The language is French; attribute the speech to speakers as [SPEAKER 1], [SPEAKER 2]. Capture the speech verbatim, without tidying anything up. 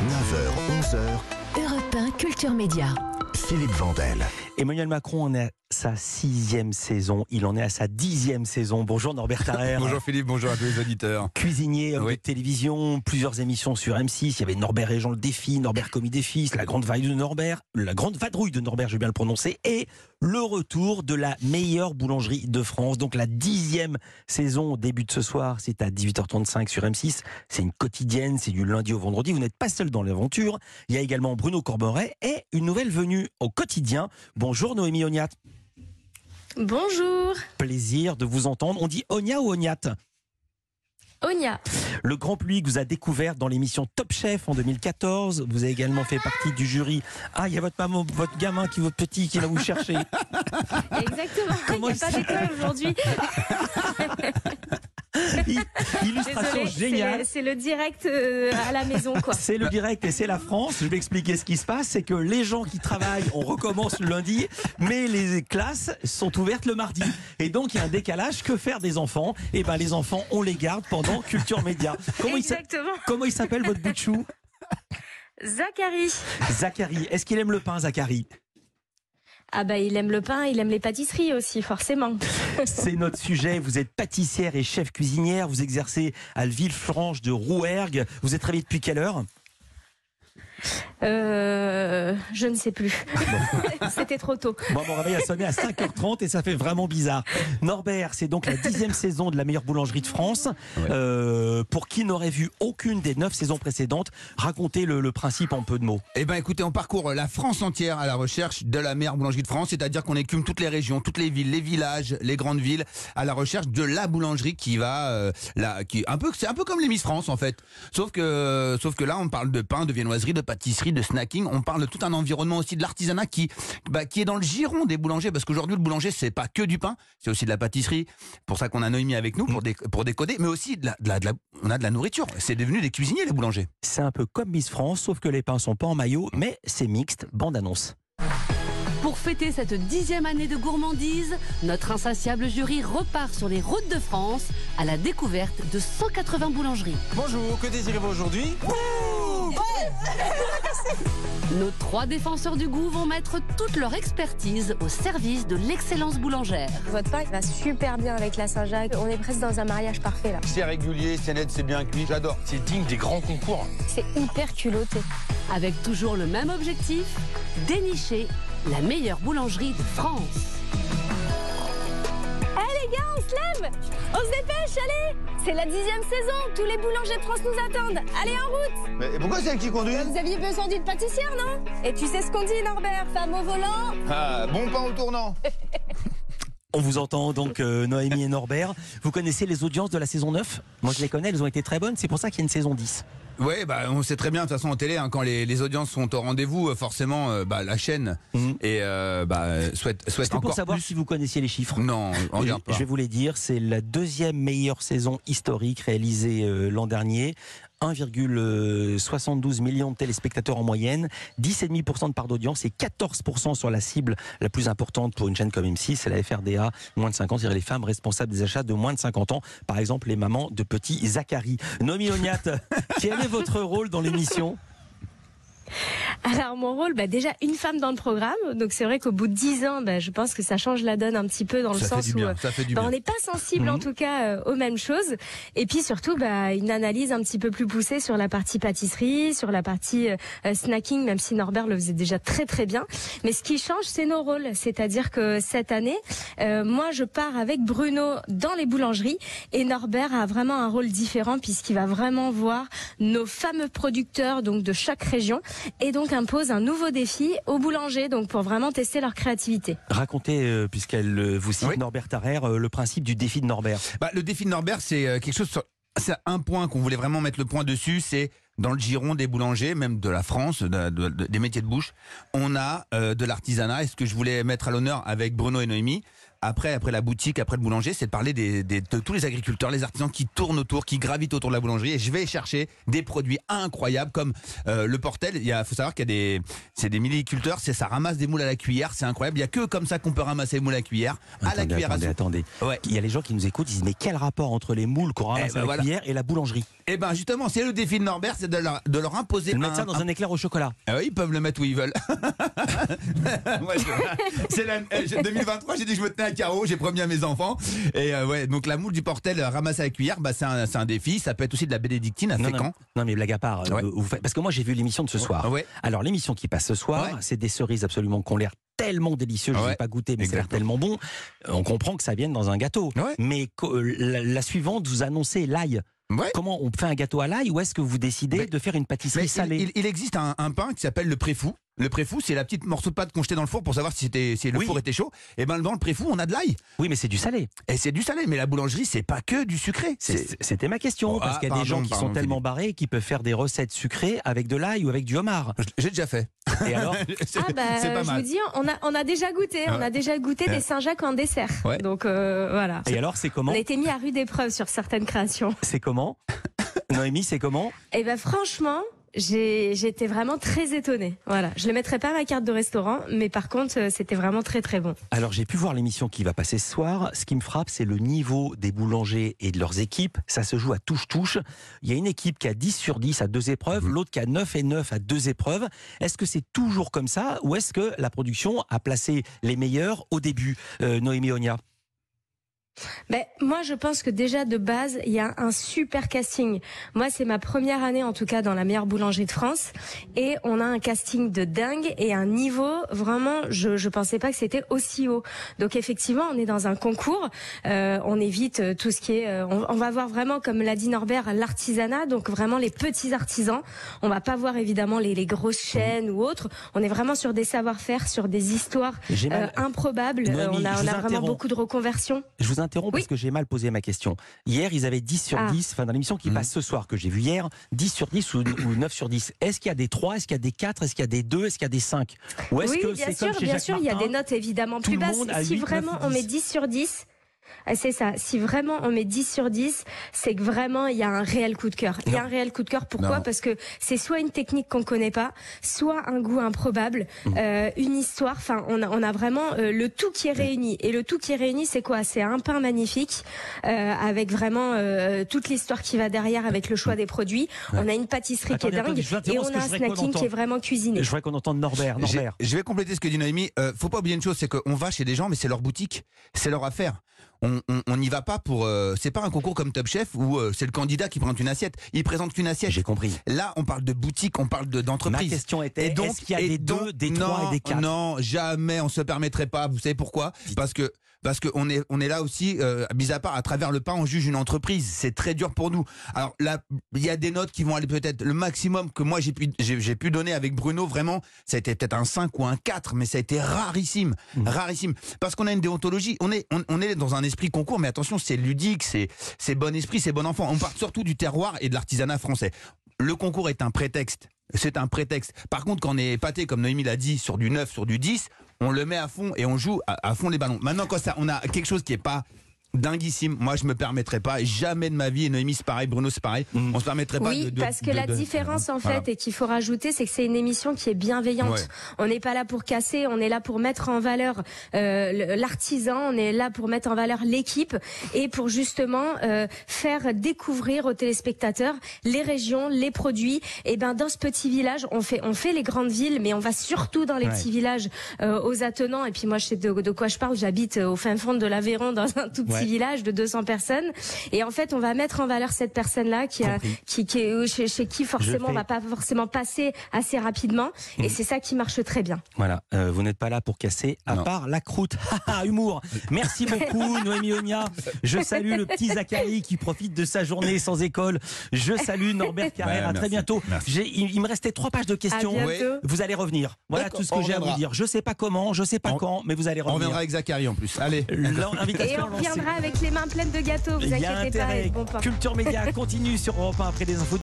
[SPEAKER 1] neuf heures, onze heures,
[SPEAKER 2] Europe un Culture Média.
[SPEAKER 1] Philippe Vandel.
[SPEAKER 3] Emmanuel Macron en est à sa sixième saison, il en est à sa dixième saison. Bonjour Norbert Tarrer.
[SPEAKER 4] Bonjour Philippe, bonjour à tous les auditeurs.
[SPEAKER 3] Cuisinier, homme
[SPEAKER 4] Oui.
[SPEAKER 3] de télévision, plusieurs émissions sur M six, il y avait Norbert et Jean le défi, Norbert commis des fils, la grande vadrouille de Norbert, la grande vadrouille de Norbert, je vais bien le prononcer, et le retour de la meilleure boulangerie de France. Donc la dixième saison débute ce soir, c'est à dix-huit heures trente-cinq sur M six, c'est une quotidienne, c'est du lundi au vendredi, vous n'êtes pas seul dans l'aventure. Il y a également Bruno Corberet et une nouvelle venue au quotidien. Bonjour Noémie Ognat.
[SPEAKER 5] Bonjour.
[SPEAKER 3] Plaisir de vous entendre. On dit Ogna ou Ognat?
[SPEAKER 5] Onia.
[SPEAKER 3] Le grand public vous a découvert dans l'émission Top Chef en deux mille quatorze. Vous avez également fait partie du jury. Ah, il y a votre maman, votre gamin, qui votre petit qui va vous chercher.
[SPEAKER 5] Exactement.
[SPEAKER 3] Comment
[SPEAKER 5] il n'y a
[SPEAKER 3] il
[SPEAKER 5] pas d'école aujourd'hui.
[SPEAKER 3] Illustration
[SPEAKER 5] Désolée,
[SPEAKER 3] géniale.
[SPEAKER 5] c'est le, c'est le direct euh, à la maison, quoi.
[SPEAKER 3] C'est le direct et c'est la France. Je vais expliquer ce qui se passe. C'est que les gens qui travaillent, on recommence le lundi, mais les classes sont ouvertes le mardi. Et donc, il y a un décalage. Que faire des enfants? Eh ben, les enfants, on les garde pendant Culture Média. Comment
[SPEAKER 5] Exactement.
[SPEAKER 3] Il comment il s'appelle votre bout de chou?
[SPEAKER 5] Zachary.
[SPEAKER 3] Zachary. Est-ce qu'il aime le pain, Zachary?
[SPEAKER 5] Ah bah il aime le pain, il aime les pâtisseries aussi, forcément.
[SPEAKER 3] C'est notre sujet. Vous êtes pâtissière et chef cuisinière. Vous exercez à Villefranche de Rouergue. Vous êtes réveillée depuis quelle heure?
[SPEAKER 5] Euh, je ne sais plus. C'était trop tôt.
[SPEAKER 3] Moi, mon réveil a sonné à cinq heures trente et ça fait vraiment bizarre. Norbert, c'est donc la dixième saison de la meilleure boulangerie de France.
[SPEAKER 4] Ouais.
[SPEAKER 3] Euh, pour qui n'aurait vu aucune des neuf saisons précédentes, racontez le, le principe en peu de mots.
[SPEAKER 4] Eh ben écoutez, on parcourt la France entière à la recherche de la meilleure boulangerie de France, c'est-à-dire qu'on écume toutes les régions, toutes les villes, les villages, les grandes villes, à la recherche de la boulangerie qui va, euh, la, qui un peu, c'est un peu comme les Miss France en fait. Sauf que, sauf que là, on parle de pain, de viennoiserie, de pâtisserie, de snacking. On parle de tout un environnement aussi de l'artisanat qui, bah, qui est dans le giron des boulangers, parce qu'aujourd'hui le boulanger c'est pas que du pain, c'est aussi de la pâtisserie. Pour ça qu'on a Noémie avec nous pour, dé, pour décoder, mais aussi de la, de la, de la, on a de la nourriture. C'est devenu des cuisiniers les boulangers.
[SPEAKER 3] C'est un peu comme Miss France, sauf que les pains sont pas en maillot, mais c'est mixte. Bande annonce.
[SPEAKER 6] Pour fêter cette dixième année de gourmandise, notre insatiable jury repart sur les routes de France à la découverte de cent quatre-vingts boulangeries.
[SPEAKER 7] Bonjour, que désirez-vous aujourd'hui?
[SPEAKER 6] Nos trois défenseurs du goût vont mettre toute leur expertise au service de l'excellence boulangère.
[SPEAKER 8] Votre pain va super bien avec la Saint-Jacques. On est presque dans un mariage parfait là.
[SPEAKER 7] C'est régulier, c'est net, c'est bien cuit, j'adore. C'est digne des grands concours.
[SPEAKER 8] C'est hyper culotté.
[SPEAKER 6] Avec toujours le même objectif, dénicher la meilleure boulangerie de France.
[SPEAKER 8] Eh les gars, on se lève! On se dépêche, allez! C'est la dixième saison, tous les boulangers de France nous attendent. Allez, en route!
[SPEAKER 7] Mais pourquoi c'est elle qui conduit?
[SPEAKER 8] Vous aviez besoin d'une pâtissière, non? Et tu sais ce qu'on dit, Norbert? Femme au volant?
[SPEAKER 7] Ah, bon pain au tournant.
[SPEAKER 3] On vous entend donc euh, Noémie et Norbert. Vous connaissez les audiences de la saison neuf? Moi je les connais, elles ont été très bonnes, c'est pour ça qu'il y a une saison dix.
[SPEAKER 4] Oui, bah, on sait très bien, de toute façon, en télé, hein, quand les, les audiences sont au rendez-vous, euh, forcément, euh, bah, la chaîne
[SPEAKER 3] Mmh.
[SPEAKER 4] et, euh, bah, souhaite, souhaite
[SPEAKER 3] C'était
[SPEAKER 4] encore
[SPEAKER 3] pour savoir
[SPEAKER 4] plus.
[SPEAKER 3] si vous connaissiez les chiffres.
[SPEAKER 4] Non, on
[SPEAKER 3] je,
[SPEAKER 4] regarde pas.
[SPEAKER 3] je vais vous les dire, c'est la deuxième meilleure saison historique réalisée euh, l'an dernier. un virgule soixante-douze millions de téléspectateurs en moyenne, dix virgule cinq pour cent de part d'audience et quatorze pour cent sur la cible la plus importante pour une chaîne comme M six, c'est la F R D A, moins de cinquante, c'est-à-dire les femmes responsables des achats de moins de cinquante ans, par exemple les mamans de petits Zachary. Noémie Ognat, quel est votre rôle dans l'émission ?
[SPEAKER 5] Alors mon rôle, bah, déjà une femme dans le programme, donc c'est vrai qu'au bout de dix ans, bah, je pense que ça change la donne un petit peu dans le
[SPEAKER 4] Ça fait
[SPEAKER 5] sens
[SPEAKER 4] du
[SPEAKER 5] où
[SPEAKER 4] bien,
[SPEAKER 5] euh,
[SPEAKER 4] ça fait du
[SPEAKER 5] bah,
[SPEAKER 4] bien.
[SPEAKER 5] on n'est pas sensible
[SPEAKER 3] Mhm.
[SPEAKER 5] en tout cas euh, aux mêmes choses, et puis surtout bah, une analyse un petit peu plus poussée sur la partie pâtisserie, sur la partie euh, snacking, même si Norbert le faisait déjà très très bien. Mais ce qui change, c'est nos rôles, c'est-à-dire que cette année, euh, moi je pars avec Bruno dans les boulangeries et Norbert a vraiment un rôle différent puisqu'il va vraiment voir nos fameux producteurs donc de chaque région et donc impose un nouveau défi aux boulangers donc pour vraiment tester leur créativité.
[SPEAKER 3] Racontez, euh, puisqu'elle euh, vous cite
[SPEAKER 4] Oui.
[SPEAKER 3] Norbert Tarrer, euh, le principe du défi de Norbert.
[SPEAKER 4] Bah, le défi de Norbert, c'est euh, quelque chose, sur- c'est un point qu'on voulait vraiment mettre le point dessus, c'est dans le giron des boulangers, même de la France, de- de- de- des métiers de bouche, on a euh, de l'artisanat. Et ce que je voulais mettre à l'honneur avec Bruno et Noémie, après, après la boutique, après le boulanger, c'est de parler des, des- de tous les agriculteurs, les artisans qui tournent autour, qui gravitent autour de la boulangerie. Et je vais chercher des produits incroyables comme euh, le Portel. Il y a, faut savoir qu'il y a des, c'est des milliculteurs, c'est ça ramasse des moules à la cuillère, c'est incroyable. Il y a que comme ça qu'on peut ramasser les moules à la cuillère, à la
[SPEAKER 3] Attendez,
[SPEAKER 4] cuillère à
[SPEAKER 3] attendez,
[SPEAKER 4] soupe.
[SPEAKER 3] attendez.
[SPEAKER 4] Ouais.
[SPEAKER 3] Il y a les gens qui nous écoutent, ils disent mais quel rapport entre les moules qu'on ramasse
[SPEAKER 4] Eh ben
[SPEAKER 3] à la
[SPEAKER 4] voilà.
[SPEAKER 3] cuillère et la boulangerie?
[SPEAKER 4] Eh ben justement, c'est le défi de Norbert, c'est de leur, de leur imposer.
[SPEAKER 3] De mettre ça dans un, un éclair au chocolat.
[SPEAKER 4] Ah oui, ils peuvent le mettre où ils veulent. Moi, je, c'est la, deux mille vingt-trois, j'ai dit que je me tenais à carreau, j'ai promis à mes enfants. Et euh, ouais, donc la moule du Portel ramassée à la cuillère, bah, c'est, un, c'est un défi. Ça peut être aussi de la bénédictine à
[SPEAKER 3] non,
[SPEAKER 4] Fécamp.
[SPEAKER 3] Non, non, mais blague à part.
[SPEAKER 4] Ouais.
[SPEAKER 3] Vous, vous faites, parce que moi, j'ai vu l'émission de ce soir.
[SPEAKER 4] Ouais.
[SPEAKER 3] Alors, l'émission qui passe ce soir,
[SPEAKER 4] Ouais.
[SPEAKER 3] c'est des cerises absolument qui ont l'air tellement délicieux, je ne
[SPEAKER 4] Ouais.
[SPEAKER 3] l'ai pas goûté, mais ça a l'air
[SPEAKER 4] Exactement.
[SPEAKER 3] tellement bon. On comprend que ça vienne dans un gâteau.
[SPEAKER 4] Ouais.
[SPEAKER 3] Mais co- la, la suivante, vous annoncez l'ail.
[SPEAKER 4] Ouais.
[SPEAKER 3] Comment on fait un gâteau à l'ail ou est-ce que vous décidez
[SPEAKER 4] Mais-
[SPEAKER 3] de faire une pâtisserie
[SPEAKER 4] Mais
[SPEAKER 3] salée?
[SPEAKER 4] il, il, il existe un, un pain qui s'appelle le préfou. Le préfou, c'est la petite morceau de pâte qu'on jetait dans le four pour savoir si, c'était, si le
[SPEAKER 3] Oui.
[SPEAKER 4] four était chaud. Et ben dans le préfou, on a de l'ail.
[SPEAKER 3] Oui, mais c'est du salé.
[SPEAKER 4] Et c'est du salé. Mais la boulangerie, c'est pas que du sucré. C'est...
[SPEAKER 3] C'est- C'était ma question,
[SPEAKER 4] Oh,
[SPEAKER 3] parce
[SPEAKER 4] ah,
[SPEAKER 3] qu'il y a des
[SPEAKER 4] pardon,
[SPEAKER 3] gens qui
[SPEAKER 4] pardon,
[SPEAKER 3] sont tellement
[SPEAKER 4] Philippe.
[SPEAKER 3] barrés qui peuvent faire des recettes sucrées avec de l'ail ou avec du homard.
[SPEAKER 4] J'ai déjà fait.
[SPEAKER 3] Et alors?
[SPEAKER 4] c'est,
[SPEAKER 5] Ah bah,
[SPEAKER 4] c'est pas
[SPEAKER 5] je
[SPEAKER 4] mal.
[SPEAKER 5] vous dis, on a, on a déjà goûté, on a déjà goûté
[SPEAKER 4] Ouais.
[SPEAKER 5] des Saint-Jacques en dessert.
[SPEAKER 4] Ouais.
[SPEAKER 5] Donc euh, voilà.
[SPEAKER 3] Et alors, c'est
[SPEAKER 5] On
[SPEAKER 3] comment?
[SPEAKER 5] a été mis à rude épreuve sur certaines créations.
[SPEAKER 3] C'est comment? Noémie, c'est comment?
[SPEAKER 5] Et ben franchement, j'ai, j'étais vraiment très étonnée. Voilà, je le mettrai pas à ma carte de restaurant, mais par contre, euh, c'était vraiment très très bon.
[SPEAKER 3] Alors j'ai pu voir l'émission qui va passer ce soir. Ce qui me frappe, c'est le niveau des boulangers et de leurs équipes. Ça se joue à touche-touche. Il y a une équipe qui a dix sur dix à deux épreuves,
[SPEAKER 4] Mmh.
[SPEAKER 3] l'autre qui a neuf et neuf à deux épreuves. Est-ce que c'est toujours comme ça ou est-ce que la production a placé les meilleurs au début? euh, Noémie Ogna.
[SPEAKER 5] Ben, moi, je pense que déjà de base, il y a un super casting. Moi, c'est ma première année, en tout cas, dans la meilleure boulangerie de France, et on a un casting de dingue et un niveau vraiment. Je je pensais pas que c'était aussi haut. Donc effectivement, on est dans un concours. Euh, on évite euh, tout ce qui est. euh, on, on va voir vraiment, comme l'a dit Norbert, l'artisanat. Donc vraiment les petits artisans. On va pas voir évidemment les, les grosses chaînes ou autres. On est vraiment sur des savoir-faire, sur des histoires
[SPEAKER 3] J'ai
[SPEAKER 5] euh,
[SPEAKER 3] mal-
[SPEAKER 5] improbables.
[SPEAKER 3] Noémie,
[SPEAKER 5] Euh, on a
[SPEAKER 3] je
[SPEAKER 5] on
[SPEAKER 3] vous
[SPEAKER 5] a vraiment
[SPEAKER 3] interromps.
[SPEAKER 5] beaucoup de reconversions.
[SPEAKER 3] Je vous interromps
[SPEAKER 5] Oui.
[SPEAKER 3] parce que j'ai mal posé ma question. Hier, ils avaient dix sur
[SPEAKER 5] Ah.
[SPEAKER 3] dix, enfin dans l'émission qui
[SPEAKER 4] Mmh.
[SPEAKER 3] passe ce soir, que j'ai vu hier, dix sur dix ou, ou neuf sur dix. Est-ce qu'il y a des trois, est-ce qu'il y a des quatre, est-ce qu'il y a des deux, est-ce qu'il y a des cinq? Ou est-ce
[SPEAKER 5] Oui,
[SPEAKER 3] que
[SPEAKER 5] bien
[SPEAKER 3] c'est
[SPEAKER 5] sûr,
[SPEAKER 3] comme chez
[SPEAKER 5] bien
[SPEAKER 3] Jacques
[SPEAKER 5] sûr, il y a
[SPEAKER 3] Martin,
[SPEAKER 5] des notes évidemment
[SPEAKER 3] tout
[SPEAKER 5] plus
[SPEAKER 3] le
[SPEAKER 5] basses.
[SPEAKER 3] monde a
[SPEAKER 5] Si
[SPEAKER 3] huit,
[SPEAKER 5] vraiment
[SPEAKER 3] neuf,
[SPEAKER 5] on met
[SPEAKER 3] dix.
[SPEAKER 5] dix sur dix, ah, c'est ça. Si vraiment on met dix sur dix, c'est que vraiment il y a un réel coup de cœur. Il y a
[SPEAKER 3] Non.
[SPEAKER 5] un réel coup de cœur. Pourquoi?
[SPEAKER 4] Non.
[SPEAKER 5] Parce que c'est soit une technique qu'on connaît pas, soit un goût improbable,
[SPEAKER 3] Mmh.
[SPEAKER 5] euh, une histoire. Enfin, on a, on a vraiment euh, le tout qui est réuni. Et le tout qui est réuni, c'est quoi? C'est un pain magnifique euh, avec vraiment euh, toute l'histoire qui va derrière, avec le choix des produits. On a une pâtisserie
[SPEAKER 3] Attendez,
[SPEAKER 5] qui est
[SPEAKER 3] attendez,
[SPEAKER 5] dingue
[SPEAKER 3] je vous
[SPEAKER 5] et
[SPEAKER 3] interromps
[SPEAKER 5] on
[SPEAKER 3] parce
[SPEAKER 5] a
[SPEAKER 3] que
[SPEAKER 5] un
[SPEAKER 3] je voudrais qu'on
[SPEAKER 5] snacking qui est
[SPEAKER 3] entende.
[SPEAKER 5] vraiment cuisiné.
[SPEAKER 3] Je voudrais qu'on entende Norbert.
[SPEAKER 4] J'ai-
[SPEAKER 3] Norbert.
[SPEAKER 4] Je vais compléter ce que dit Noémie. Euh, faut pas oublier une chose, c'est qu'on va chez des gens, mais c'est leur boutique, c'est leur affaire. On on- on n'y va pas pour. Euh, c'est pas un concours comme Top Chef où euh, c'est le candidat qui présente une assiette. Il présente qu'une assiette.
[SPEAKER 3] J'ai compris.
[SPEAKER 4] Là, on parle de boutique, on parle de
[SPEAKER 3] Ma
[SPEAKER 4] d'entreprise.
[SPEAKER 3] question était, est-ce qu'il y a
[SPEAKER 4] et
[SPEAKER 3] des
[SPEAKER 4] donc-
[SPEAKER 3] deux, des
[SPEAKER 4] non,
[SPEAKER 3] trois et des quatre?
[SPEAKER 4] Non, jamais, on se permettrait pas. Vous savez pourquoi? Parce que parce que on est on est là aussi, euh, mis à part à travers le pain, on juge une entreprise. C'est très dur pour nous. Alors là, il y a des notes qui vont aller peut-être le maximum que moi j'ai pu j'ai, j'ai pu donner avec Bruno. Vraiment, ça a été peut-être un cinq ou un quatre, mais ça a été rarissime,
[SPEAKER 3] Mmh.
[SPEAKER 4] rarissime. Parce qu'on a une déontologie. On est on, on est dans un esprit concours, mais attention, c'est ludique, c'est c'est bon esprit, c'est bon enfant. On part surtout du terroir et de l'artisanat français. Le concours est un prétexte. C'est un prétexte. Par contre, quand on est épaté, comme Noémie l'a dit, sur du neuf, sur du dix, on le met à fond et on joue à, à fond les ballons. Maintenant, quand ça, on a quelque chose qui est pas dinguissime, moi je me permettrais pas, jamais de ma vie, et Noémie c'est pareil, Bruno c'est pareil,
[SPEAKER 3] Mm.
[SPEAKER 4] on se permettrait pas
[SPEAKER 5] Oui,
[SPEAKER 4] de, de-
[SPEAKER 5] parce que
[SPEAKER 4] de-
[SPEAKER 5] la
[SPEAKER 4] de-
[SPEAKER 5] différence en fait
[SPEAKER 4] Voilà.
[SPEAKER 5] et qu'il faut rajouter, c'est que c'est une émission qui est bienveillante.
[SPEAKER 4] Ouais.
[SPEAKER 5] On n'est pas là pour casser, on est là pour mettre en valeur euh, le- l'artisan, on est là pour mettre en valeur l'équipe et pour justement euh, faire découvrir aux téléspectateurs les régions, les produits. Et ben dans ce petit village, on fait on fait les grandes villes, mais on va surtout dans les
[SPEAKER 3] Ouais.
[SPEAKER 5] petits villages euh, aux attenants. Et puis moi, je sais de, de quoi je parle. J'habite au fin fond de l'Aveyron, dans un tout petit
[SPEAKER 3] Ouais.
[SPEAKER 5] village de deux cents personnes. Et en fait, on va mettre en valeur cette personne-là qui a,
[SPEAKER 3] Compris.
[SPEAKER 5] qui, qui est, chez, chez qui forcément
[SPEAKER 3] fais-
[SPEAKER 5] on va pas forcément passer assez rapidement. Et
[SPEAKER 3] Mm.
[SPEAKER 5] c'est ça qui marche très bien.
[SPEAKER 3] Voilà, euh, vous n'êtes pas là pour casser, à
[SPEAKER 4] Non.
[SPEAKER 3] part la croûte. Haha, humour. Merci beaucoup, Noémie Ogna. Je salue le petit Zachary qui profite de sa journée sans école. Je salue Norbert Carrère.
[SPEAKER 4] Ouais,
[SPEAKER 3] à très
[SPEAKER 4] merci.
[SPEAKER 3] bientôt.
[SPEAKER 4] Merci.
[SPEAKER 3] J'ai- il, il me restait trois pages de questions.
[SPEAKER 5] À bientôt.
[SPEAKER 3] Vous allez revenir. Voilà
[SPEAKER 4] D'accord,
[SPEAKER 3] tout ce que
[SPEAKER 4] on
[SPEAKER 3] j'ai à vous
[SPEAKER 4] reviendra.
[SPEAKER 3] dire. Je sais pas comment, je sais pas
[SPEAKER 4] On-
[SPEAKER 3] quand, mais vous allez
[SPEAKER 4] On
[SPEAKER 3] revenir.
[SPEAKER 4] reviendra avec Zachary en plus. Allez.
[SPEAKER 3] L'invitation
[SPEAKER 5] Et on
[SPEAKER 3] lancée.
[SPEAKER 5] reviendra avec les mains pleines de gâteaux. Vous
[SPEAKER 3] Il y a
[SPEAKER 5] inquiétez pas.
[SPEAKER 3] intérêt.
[SPEAKER 5] et bon pain.
[SPEAKER 3] Culture Média continue sur Europe un après des infos.